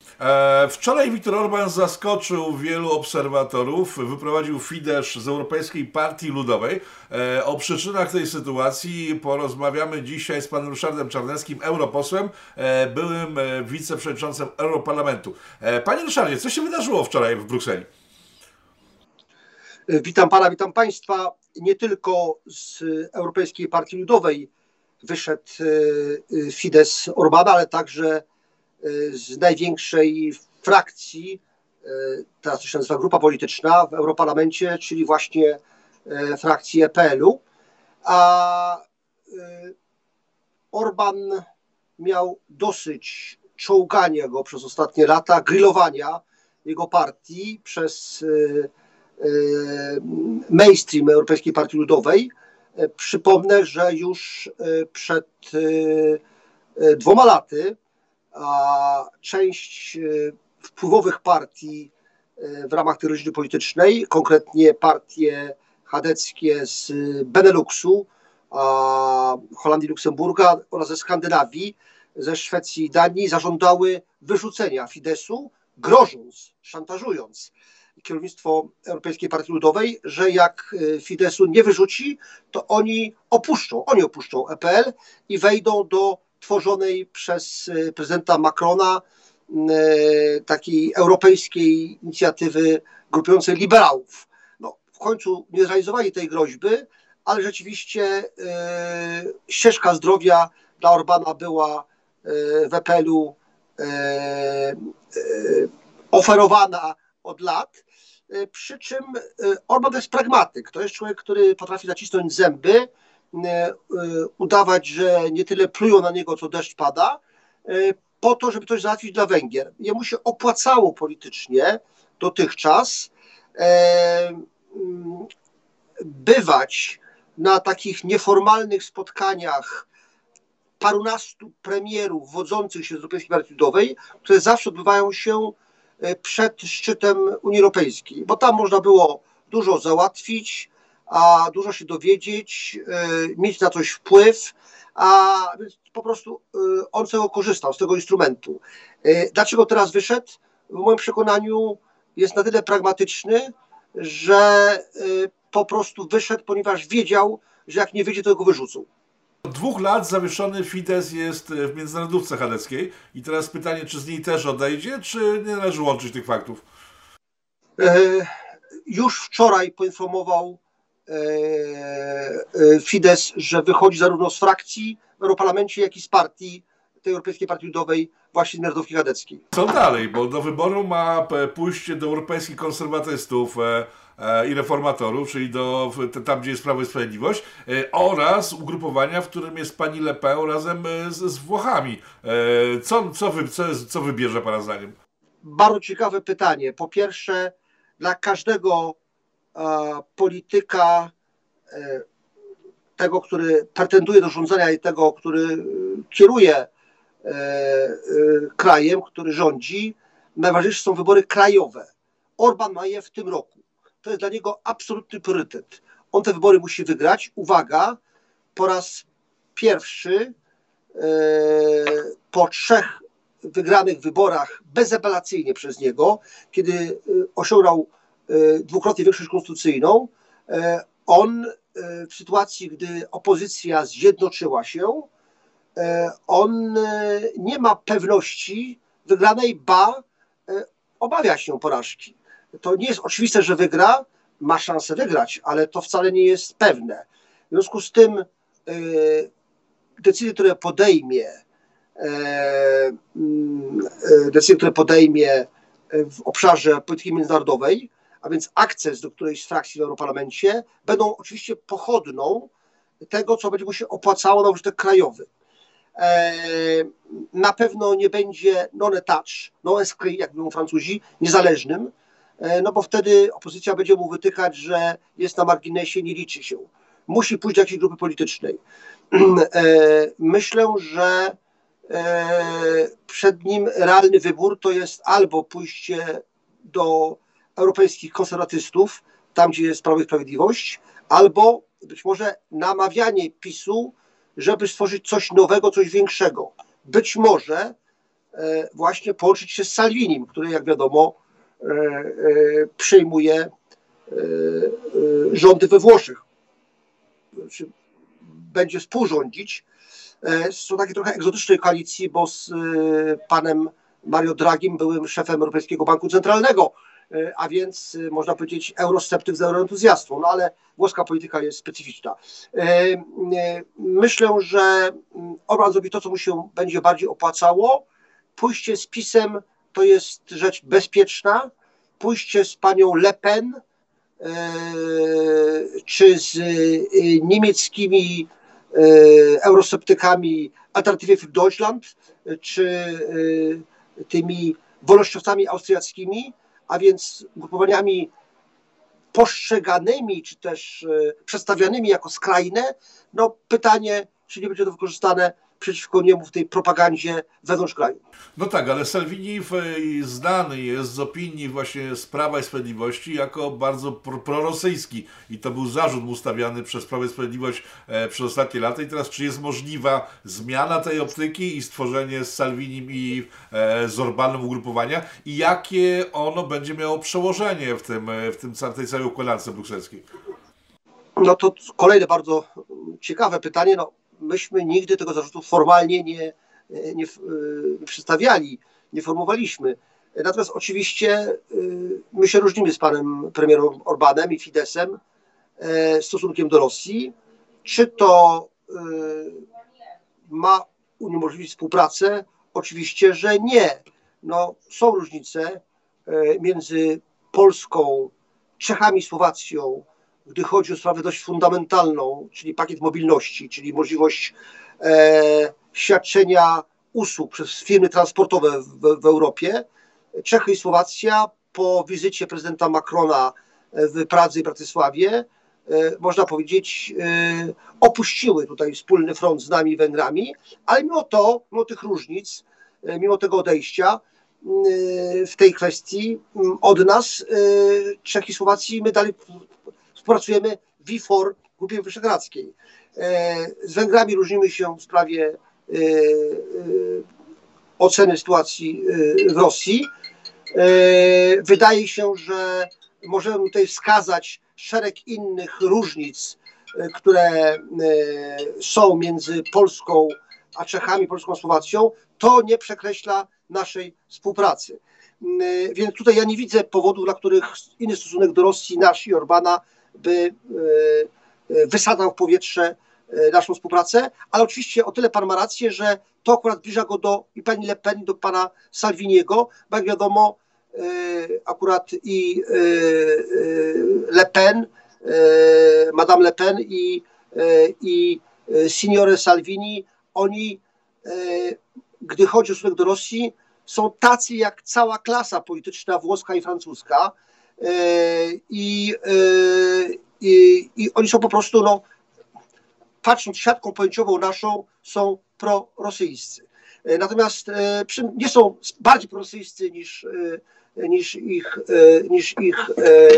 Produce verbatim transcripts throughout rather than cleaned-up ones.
E, wczoraj Viktor Orban zaskoczył wielu obserwatorów, wyprowadził Fidesz z Europejskiej Partii Ludowej. E, o przyczynach tej sytuacji porozmawiamy dzisiaj z panem Ryszardem Czarneckim, europosłem, e, byłym e, wiceprzewodniczącym Europarlamentu. E, panie Ryszardzie, co się wydarzyło wczoraj w Brukseli? Witam pana, witam państwa. Nie tylko z Europejskiej Partii Ludowej wyszedł Fidesz Orbana, ale także z największej frakcji, teraz to się nazywa grupa polityczna w Europarlamencie, czyli właśnie frakcji E P L-u. A Orban miał dosyć czołgania go przez ostatnie lata, grillowania jego partii przez mainstream Europejskiej Partii Ludowej. Przypomnę, że już przed dwoma laty a część wpływowych partii w ramach tej rodziny politycznej, konkretnie partie chadeckie z Beneluxu, Holandii, Luksemburga oraz ze Skandynawii, ze Szwecji i Danii, zażądały wyrzucenia Fideszu, grożąc, szantażując kierownictwo Europejskiej Partii Ludowej, że jak Fideszu nie wyrzuci, to oni opuszczą, oni opuszczą E P L i wejdą do tworzonej przez prezydenta Macrona takiej europejskiej inicjatywy grupującej liberałów. No, w końcu nie zrealizowali tej groźby, ale rzeczywiście e, ścieżka zdrowia dla Orbana była e, w E P L-u e, e, oferowana od lat, e, przy czym e, Orban to jest pragmatyk, to jest człowiek, który potrafi zacisnąć zęby, udawać, że nie tyle plują na niego, co deszcz pada, po to, żeby coś załatwić dla Węgier. Jemu się opłacało politycznie dotychczas bywać na takich nieformalnych spotkaniach parunastu premierów wodzących się z Europejskiej Partii Ludowej, które zawsze odbywają się przed szczytem Unii Europejskiej, bo tam można było dużo załatwić, a dużo się dowiedzieć, mieć na coś wpływ, a więc po prostu on z tego korzystał, z tego instrumentu. Dlaczego teraz wyszedł? W moim przekonaniu jest na tyle pragmatyczny, że po prostu wyszedł, ponieważ wiedział, że jak nie wyjdzie, to go wyrzucą. Od dwóch lat zawieszony Fidesz jest w międzynarodówce chadeckiej i teraz pytanie, czy z niej też odejdzie, czy nie należy łączyć tych faktów? Już wczoraj poinformował Fidesz, że wychodzi zarówno z frakcji w Europarlamencie, jak i z partii, tej Europejskiej Partii Ludowej, właśnie Narodówki Chadeckiej. Co dalej? Bo do wyboru ma pójść do europejskich konserwatystów i reformatorów, czyli do, tam, gdzie jest Prawo i Sprawiedliwość, oraz ugrupowania, w którym jest pani Le Pen razem z, z Włochami. Co, co, wy, co, co wybierze pana zdaniem? Bardzo ciekawe pytanie. Po pierwsze, dla każdego polityka, tego, który pretenduje do rządzenia i tego, który kieruje krajem, który rządzi, najważniejsze są wybory krajowe. Orban ma je w tym roku. To jest dla niego absolutny priorytet. On te wybory musi wygrać. Uwaga, po raz pierwszy po trzech wygranych wyborach bezapelacyjnie przez niego, kiedy osiągnął dwukrotnie większość konstytucyjną, on w sytuacji, gdy opozycja zjednoczyła się, on nie ma pewności wygranej, ba obawia się porażki. To nie jest oczywiste, że wygra, ma szansę wygrać, ale to wcale nie jest pewne. W związku z tym decyzje, które podejmie, decyzje, które podejmie w obszarze polityki międzynarodowej, a więc akces do którejś z frakcji w Europarlamencie, będą oczywiście pochodną tego, co będzie mu się opłacało na użytek krajowy. Na pewno nie będzie non-touch, non-inscrit, jak mówią Francuzi, niezależnym, no bo wtedy opozycja będzie mu wytykać, że jest na marginesie, nie liczy się. Musi pójść do jakiejś grupy politycznej. Myślę, że przed nim realny wybór to jest albo pójście do europejskich konserwatystów, tam gdzie jest Prawo i Sprawiedliwość, albo być może namawianie PiSu, żeby stworzyć coś nowego, coś większego. Być może właśnie połączyć się z Salvinim, który, jak wiadomo, przejmuje rządy we Włoszech. Będzie współrządzić. Są takie trochę egzotycznej koalicji, bo z panem Mario Draghim, byłym szefem Europejskiego Banku Centralnego, a więc można powiedzieć eurosceptyk z euroentuzjastą, no ale włoska polityka jest specyficzna. Myślę, że Orbán zrobi to, co mu się będzie bardziej opłacało. Pójście z PiS-em to jest rzecz bezpieczna. Pójście z panią Le Pen czy z niemieckimi eurosceptykami Alternative für Deutschland, czy tymi wolnościowcami austriackimi, a więc ugrupowaniami postrzeganymi, czy też przedstawianymi jako skrajne, no pytanie, czy nie będzie to wykorzystane przeciwko niemu w tej propagandzie wewnątrz kraju. No tak, ale Salvini znany jest z opinii właśnie z Prawa i Sprawiedliwości jako bardzo prorosyjski i to był zarzut mu stawiany przez Prawo i Sprawiedliwość e, przez ostatnie lata. I teraz czy jest możliwa zmiana tej optyki i stworzenie z Salvinim i e, z Orbánem ugrupowania i jakie ono będzie miało przełożenie w tym, w tym w tej całej układance brukselskiej? No to kolejne bardzo ciekawe pytanie. No, myśmy nigdy tego zarzutu formalnie nie, nie, nie przedstawiali, nie formowaliśmy. Natomiast oczywiście my się różnimy z panem premierem Orbánem i Fideszem stosunkiem do Rosji. Czy to ma uniemożliwić współpracę? Oczywiście, że nie. No, są różnice między Polską, Czechami, Słowacją, gdy chodzi o sprawę dość fundamentalną, czyli pakiet mobilności, czyli możliwość e, świadczenia usług przez firmy transportowe w, w Europie. Czechy i Słowacja po wizycie prezydenta Macrona w Pradze i Bratysławie, e, można powiedzieć, e, opuściły tutaj wspólny front z nami, Węgrami, ale mimo to, mimo tych różnic, e, mimo tego odejścia, e, w tej kwestii od nas, e, Czech i Słowacji, my dalej współpracujemy w V cztery Grupie Wyszehradzkiej. Z Węgrami różnimy się w sprawie oceny sytuacji w Rosji. Wydaje się, że możemy tutaj wskazać szereg innych różnic, które są między Polską a Czechami, Polską a Słowacją. To nie przekreśla naszej współpracy. Więc tutaj ja nie widzę powodów, dla których inny stosunek do Rosji, nasz i Orbána, by wysadzał w powietrze naszą współpracę, ale oczywiście o tyle pan ma rację, że to akurat zbliża go do i pani Le Pen, i do pana Salviniego, bo jak wiadomo, akurat i Le Pen, Madame Le Pen i, i Signore Salvini, oni, gdy chodzi o stosunek do Rosji, są tacy jak cała klasa polityczna włoska i francuska, i, i, i oni są po prostu, no, patrząc siatką pojęciową naszą, są prorosyjscy. Natomiast nie są bardziej prorosyjscy niż, niż ich, niż ich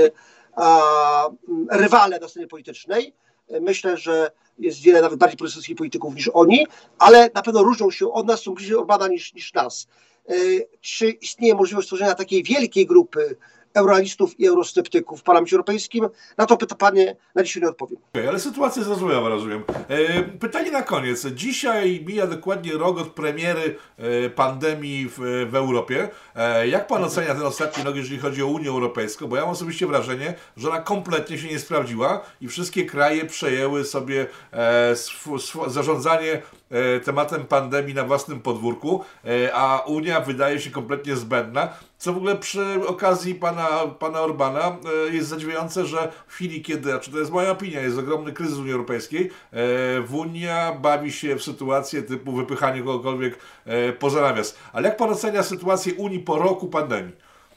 a, rywale na scenie politycznej. Myślę, że jest wiele nawet bardziej prorosyjskich polityków niż oni, ale na pewno różnią się od nas, są bliżej Orbána niż, niż nas. Czy istnieje możliwość stworzenia takiej wielkiej grupy eurorealistów i eurosceptyków w Parlamencie Europejskim? Na to pytanie na dzisiaj nie odpowiem. Okay, ale sytuacja jest zrozumiała, rozumiem. E, pytanie na koniec. Dzisiaj mija dokładnie rok od premiery e, pandemii w, w Europie. E, jak pan ocenia ten ostatni rok, jeżeli chodzi o Unię Europejską? Bo ja mam osobiście wrażenie, że ona kompletnie się nie sprawdziła i wszystkie kraje przejęły sobie e, sw, sw, zarządzanie e, tematem pandemii na własnym podwórku, e, a Unia wydaje się kompletnie zbędna. Co w ogóle przy okazji pana, pana Orbána e, jest zadziwiające, że w chwili, kiedy, a czy to jest moja opinia, jest ogromny kryzys Unii Europejskiej, e, Unia bawi się w sytuację typu wypychanie kogokolwiek e, poza nawias. Ale jak pan ocenia sytuację Unii po roku pandemii?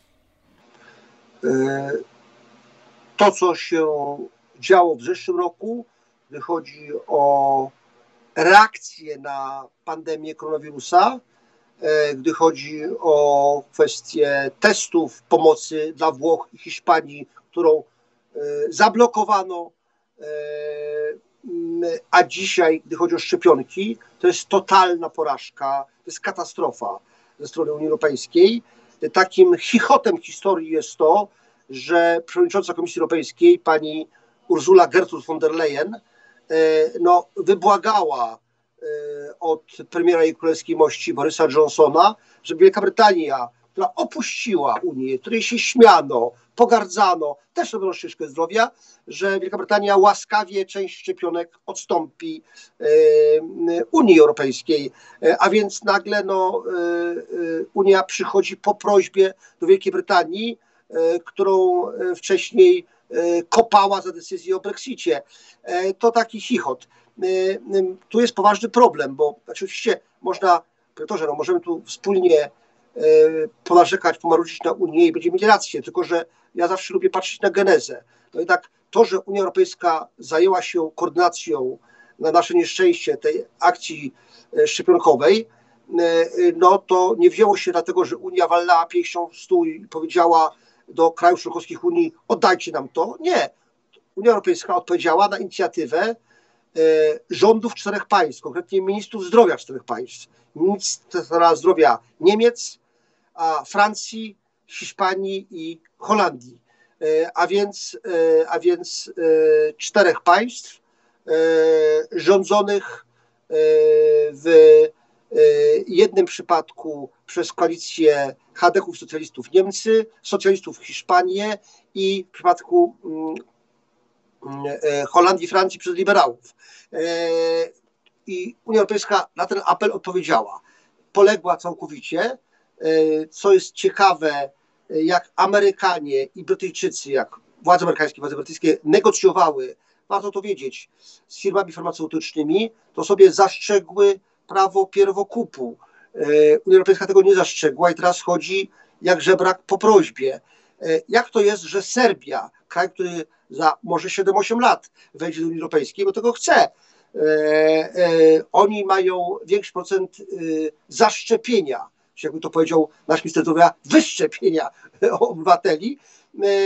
To, co się działo w zeszłym roku, gdy chodzi o reakcję na pandemię koronawirusa, gdy chodzi o kwestię testów, pomocy dla Włoch i Hiszpanii, którą zablokowano, a dzisiaj, gdy chodzi o szczepionki, to jest totalna porażka, to jest katastrofa. ze strony Unii Europejskiej. Takim chichotem historii jest to, że przewodnicząca Komisji Europejskiej, pani Ursula Gertrud von der Leyen, no, wybłagała od premiera jej królewskiej mości Borysa Johnsona, żeby Wielka Brytania, która opuściła Unię, której się śmiano, pogardzano, też robią ścieżkę zdrowia, że Wielka Brytania łaskawie część szczepionek odstąpi e, Unii Europejskiej, e, a więc nagle no, e, Unia przychodzi po prośbie do Wielkiej Brytanii, e, którą wcześniej e, kopała za decyzję o Brexicie. E, to taki chichot. E, e, tu jest poważny problem, bo oczywiście można, profesorze, no, możemy tu wspólnie ponarzekać, pomarudzić na Unię i będziemy mieli rację, tylko że ja zawsze lubię patrzeć na genezę. No jednak to, że Unia Europejska zajęła się koordynacją na nasze nieszczęście tej akcji szczepionkowej, no to nie wzięło się dlatego, że Unia walnęła pięścią w stół i powiedziała do krajów członkowskich Unii, oddajcie nam to. Nie. Unia Europejska odpowiedziała na inicjatywę rządów czterech państw, konkretnie ministrów zdrowia czterech państw. Ministra zdrowia Niemiec, Francji, Hiszpanii i Holandii. A więc, a więc czterech państw rządzonych w jednym przypadku przez koalicję chadeków socjalistów Niemcy, socjalistów Hiszpanię i w przypadku Holandii, Francji przez liberałów. I Unia Europejska na ten apel odpowiedziała. Poległa całkowicie. Co jest ciekawe, jak Amerykanie i Brytyjczycy, jak władze amerykańskie, władze brytyjskie negocjowały, warto to wiedzieć, z firmami farmaceutycznymi, to sobie zastrzegły prawo pierwokupu. Unia Europejska tego nie zastrzegła i teraz chodzi jak żebrak po prośbie. Jak to jest, że Serbia, kraj, który za może siedem osiem lat wejdzie do Unii Europejskiej, bo tego chce, e, e, oni mają większy procent e, zaszczepienia, czy jakby to powiedział nasz minister zdrowia, wyszczepienia obywateli e, e,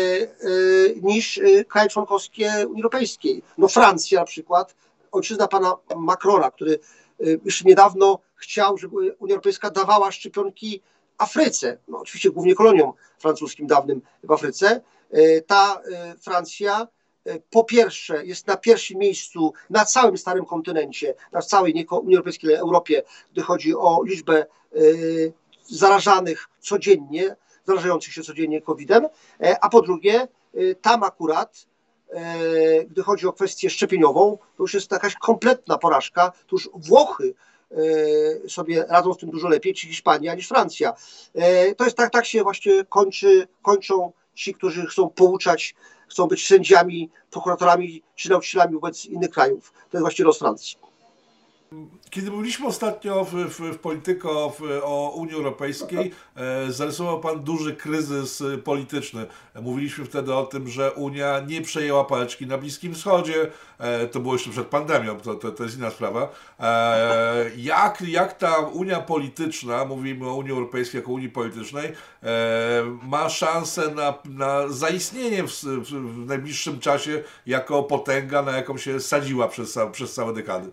niż kraje członkowskie Unii Europejskiej. No Francja na przykład, ojczyzna pana Macrona, który jeszcze niedawno chciał, żeby Unia Europejska dawała szczepionki Afryce, no oczywiście głównie koloniom francuskim dawnym w Afryce. Ta Francja po pierwsze jest na pierwszym miejscu na całym starym kontynencie, na całej nie Unii Europejskiej, ale Europie, gdy chodzi o liczbę zarażanych codziennie, zarażających się codziennie kowidem, a po drugie tam akurat, gdy chodzi o kwestię szczepieniową, to już jest jakaś kompletna porażka, to już Włochy sobie radzą z tym dużo lepiej, czy Hiszpania, niż Francja. To jest tak, tak się właśnie kończy, kończą ci, którzy chcą pouczać, chcą być sędziami, prokuratorami czy nauczycielami wobec innych krajów. To jest właśnie los Francji. Kiedy mówiliśmy ostatnio w, w, w Polityko w, o Unii Europejskiej, e, zarysował Pan duży kryzys polityczny. Mówiliśmy wtedy o tym, że Unia nie przejęła pałeczki na Bliskim Wschodzie. E, to było jeszcze przed pandemią, to, to, to jest inna sprawa. E, jak, jak ta Unia polityczna, mówimy o Unii Europejskiej jako Unii politycznej, e, ma szansę na, na zaistnienie w, w, w najbliższym czasie jako potęga, na jaką się sadziła przez, przez całe dekady?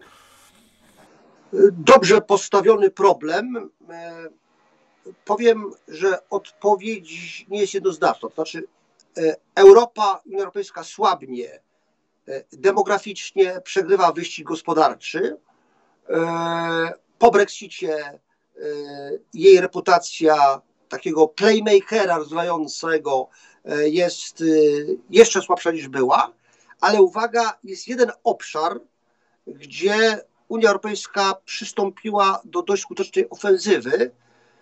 Dobrze postawiony problem. Powiem, że odpowiedź nie jest jednoznaczna. To znaczy Europa, Unia Europejska słabnie, demograficznie przegrywa wyścig gospodarczy. Po Brexicie jej reputacja takiego playmakera rozwijającego jest jeszcze słabsza niż była, ale uwaga, jest jeden obszar, gdzie Unia Europejska przystąpiła do dość skutecznej ofensywy.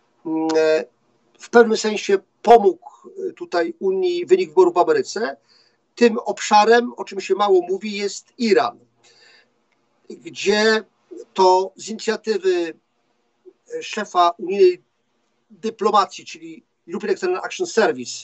W pewnym sensie pomógł tutaj Unii wynik wyborów w Ameryce. Tym obszarem, o czym się mało mówi, jest Iran, gdzie to z inicjatywy szefa unijnej dyplomacji, czyli European External Action Service,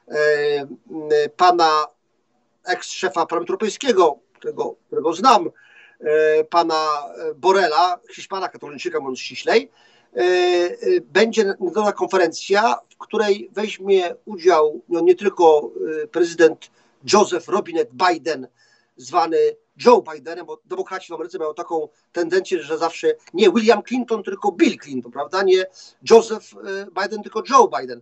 pana eks-szefa Parlamentu Europejskiego, którego, którego znam, pana Borrella, Hiszpana, Katalończyka, mówiąc ściślej, będzie na konferencja, w której weźmie udział no, nie tylko prezydent Joseph Robinette Biden, zwany Joe Bidenem, bo demokraci w Ameryce mają taką tendencję, że zawsze nie William Clinton, tylko Bill Clinton, prawda? Nie Joseph Biden, tylko Joe Biden.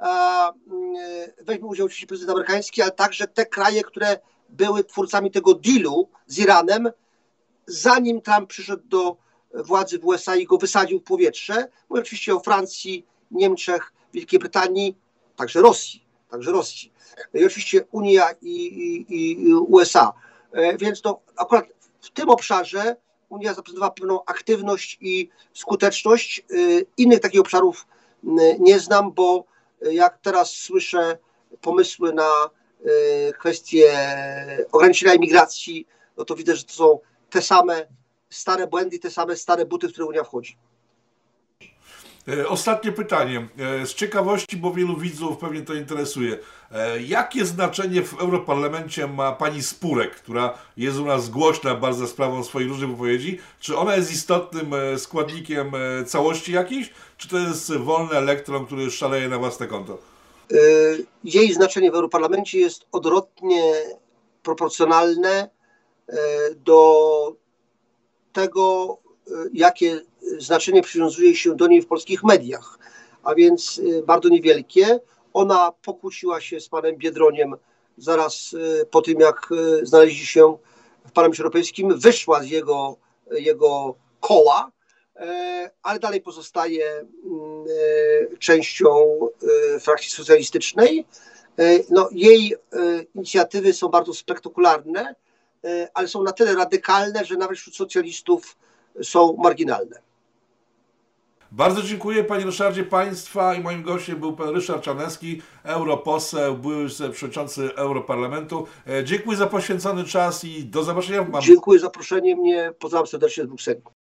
Weźmie udział oczywiście prezydent amerykański, ale także te kraje, które były twórcami tego dealu z Iranem, zanim Trump przyszedł do władzy w U S A i go wysadził w powietrze. Mówię oczywiście o Francji, Niemczech, Wielkiej Brytanii, także Rosji. Także Rosji. I oczywiście Unia i, i, i U S A. Więc to akurat w tym obszarze Unia zaprezentowała pewną aktywność i skuteczność. Innych takich obszarów nie znam, bo jak teraz słyszę pomysły na kwestie ograniczenia imigracji, no to widzę, że to są te same stare błędy, te same stare buty, w które Unia wchodzi. Ostatnie pytanie. Z ciekawości, bo wielu widzów pewnie to interesuje. Jakie znaczenie w Europarlamencie ma pani Spurek, która jest u nas głośna bardzo sprawą swoich różnych wypowiedzi? Czy ona jest istotnym składnikiem całości jakiejś? Czy to jest wolny elektron, który szaleje na własne konto? Jej znaczenie w Europarlamencie jest odwrotnie proporcjonalne do tego, jakie znaczenie przywiązuje się do niej w polskich mediach, a więc bardzo niewielkie. Ona pokłóciła się z panem Biedroniem zaraz po tym, jak znaleźli się w Parlamencie Europejskim, wyszła z jego, jego koła, ale dalej pozostaje częścią frakcji socjalistycznej. No, jej inicjatywy są bardzo spektakularne, ale są na tyle radykalne, że nawet wśród socjalistów są marginalne. Bardzo dziękuję, panie Ryszardzie, państwa, i moim gościem był pan Ryszard Czarnecki, europoseł, były przewodniczący Europarlamentu. Dziękuję za poświęcony czas i do zobaczenia w Mam. Dziękuję za zaproszenie mnie, pozdrawiam serdecznie z Brukseli.